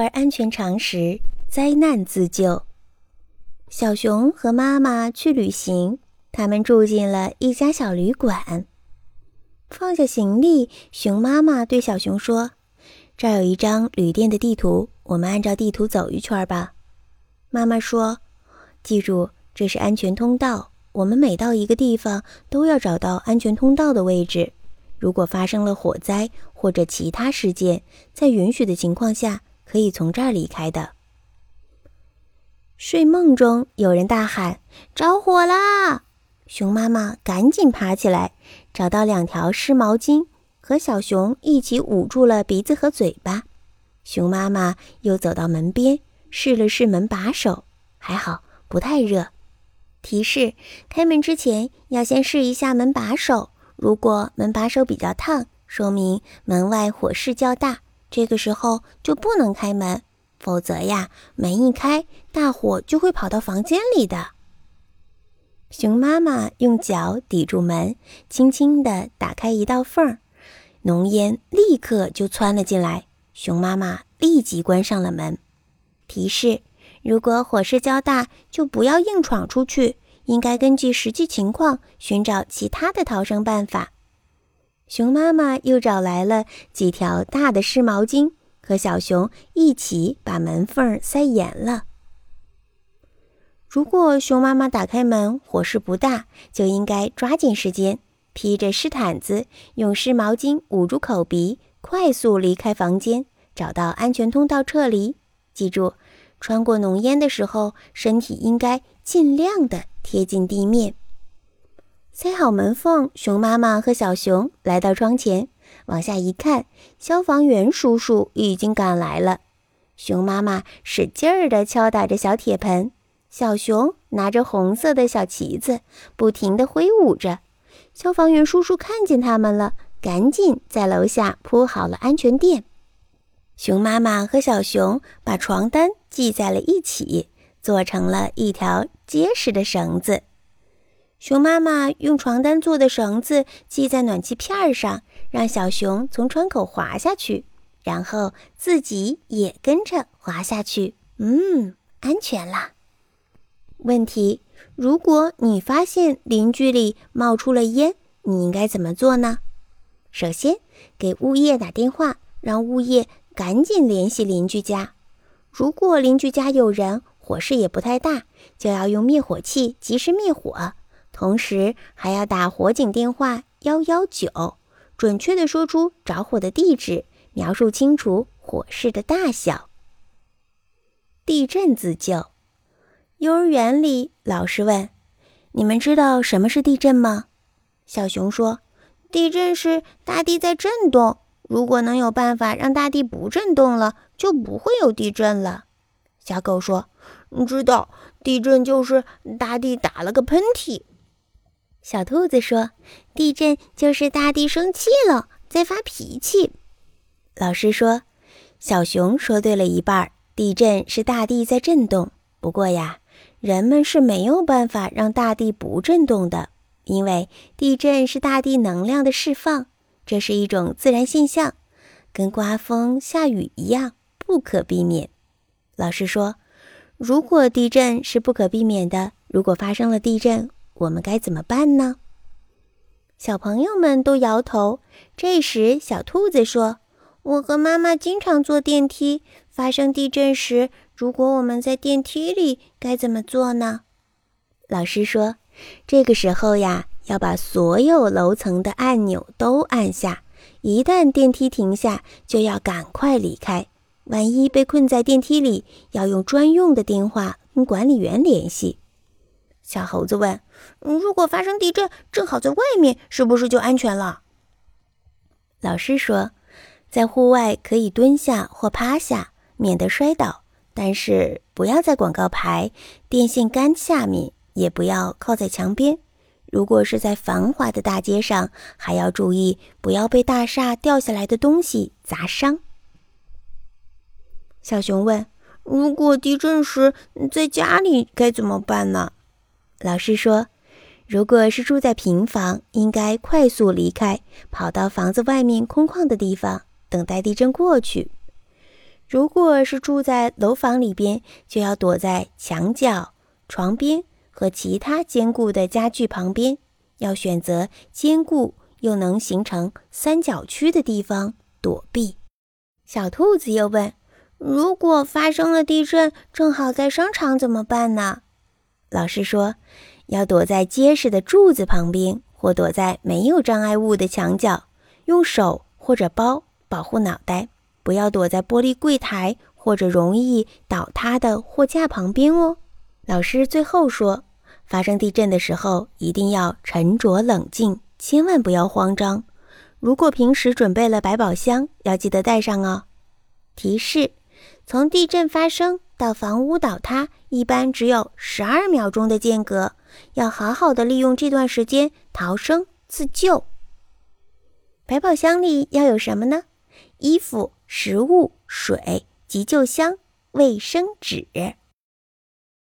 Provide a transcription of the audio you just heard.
儿安全常识：灾难自救。小熊和妈妈去旅行，他们住进了一家小旅馆。放下行李，熊妈妈对小熊说：“这儿有一张旅店的地图，我们按照地图走一圈吧。”妈妈说：“记住，这是安全通道，我们每到一个地方都要找到安全通道的位置。如果发生了火灾或者其他事件，在允许的情况下，可以从这儿离开的。”睡梦中有人大喊：“着火啦！”熊妈妈赶紧爬起来，找到2条湿毛巾，和小熊一起捂住了鼻子和嘴巴。熊妈妈又走到门边，试了试门把手，还好不太热。提示：开门之前要先试一下门把手，如果门把手比较烫，说明门外火势较大，这个时候就不能开门，否则呀，门一开，大火就会跑到房间里的。熊妈妈用脚抵住门，轻轻地打开一道缝，浓烟立刻就窜了进来。熊妈妈立即关上了门。提示：如果火势较大，就不要硬闯出去，应该根据实际情况寻找其他的逃生办法。熊妈妈又找来了几条大的湿毛巾，和小熊一起把门缝塞严了。如果熊妈妈打开门，火势不大，就应该抓紧时间，披着湿毯子，用湿毛巾捂住口鼻，快速离开房间，找到安全通道撤离。记住，穿过浓烟的时候，身体应该尽量的贴近地面。塞好门缝，熊妈妈和小熊来到窗前，往下一看，消防员叔叔已经赶来了。熊妈妈使劲儿地敲打着小铁盆，小熊拿着红色的小旗子，不停地挥舞着。消防员叔叔看见他们了，赶紧在楼下铺好了安全垫。熊妈妈和小熊把床单系在了一起，做成了一条结实的绳子。熊妈妈用床单做的绳子系在暖气片上，让小熊从窗口滑下去，然后自己也跟着滑下去。安全啦。问题：如果你发现邻居里冒出了烟，你应该怎么做呢？首先，给物业打电话，让物业赶紧联系邻居家。如果邻居家有人，火势也不太大，就要用灭火器及时灭火，同时还要打火警电话119，准确地说出着火的地址，描述清楚火势的大小。地震自救。幼儿园里，老师问：“你们知道什么是地震吗？”小熊说：“地震是大地在震动，如果能有办法让大地不震动了，就不会有地震了。”小狗说：“知道，地震就是大地打了个喷嚏。”小兔子说：“地震就是大地生气了，在发脾气。”老师说：“小熊说对了一半，地震是大地在震动，不过呀，人们是没有办法让大地不震动的，因为地震是大地能量的释放，这是一种自然现象，跟刮风下雨一样，不可避免。”老师说：“如果地震是不可避免的，如果发生了地震，我们该怎么办呢？”小朋友们都摇头。这时，小兔子说：“我和妈妈经常坐电梯，发生地震时，如果我们在电梯里，该怎么做呢？”老师说：“这个时候呀，要把所有楼层的按钮都按下，一旦电梯停下，就要赶快离开。万一被困在电梯里，要用专用的电话跟管理员联系。”小猴子问：“如果发生地震，正好在外面，是不是就安全了？”老师说：“在户外可以蹲下或趴下，免得摔倒，但是不要在广告牌、电线杆下面，也不要靠在墙边。如果是在繁华的大街上，还要注意不要被大厦掉下来的东西砸伤。”小熊问：“如果地震时在家里该怎么办呢？”老师说：“如果是住在平房，应该快速离开，跑到房子外面空旷的地方，等待地震过去。 如果是住在楼房里边，就要躲在墙角、床边和其他坚固的家具旁边，要选择坚固又能形成三角区的地方躲避。小兔子又问，如果发生了地震，正好在商场怎么办呢？老师说，要躲在结实的柱子旁边，或躲在没有障碍物的墙角，用手或者包保护脑袋，不要躲在玻璃柜台或者容易倒塌的货架旁边哦。老师最后说，发生地震的时候一定要沉着冷静，千万不要慌张。如果平时准备了百宝箱，要记得带上哦。提示，从地震发生到房屋倒塌，一般只有12秒钟的间隔，要好好的利用这段时间逃生自救。百宝箱里要有什么呢？衣服、食物、水、急救箱、卫生纸。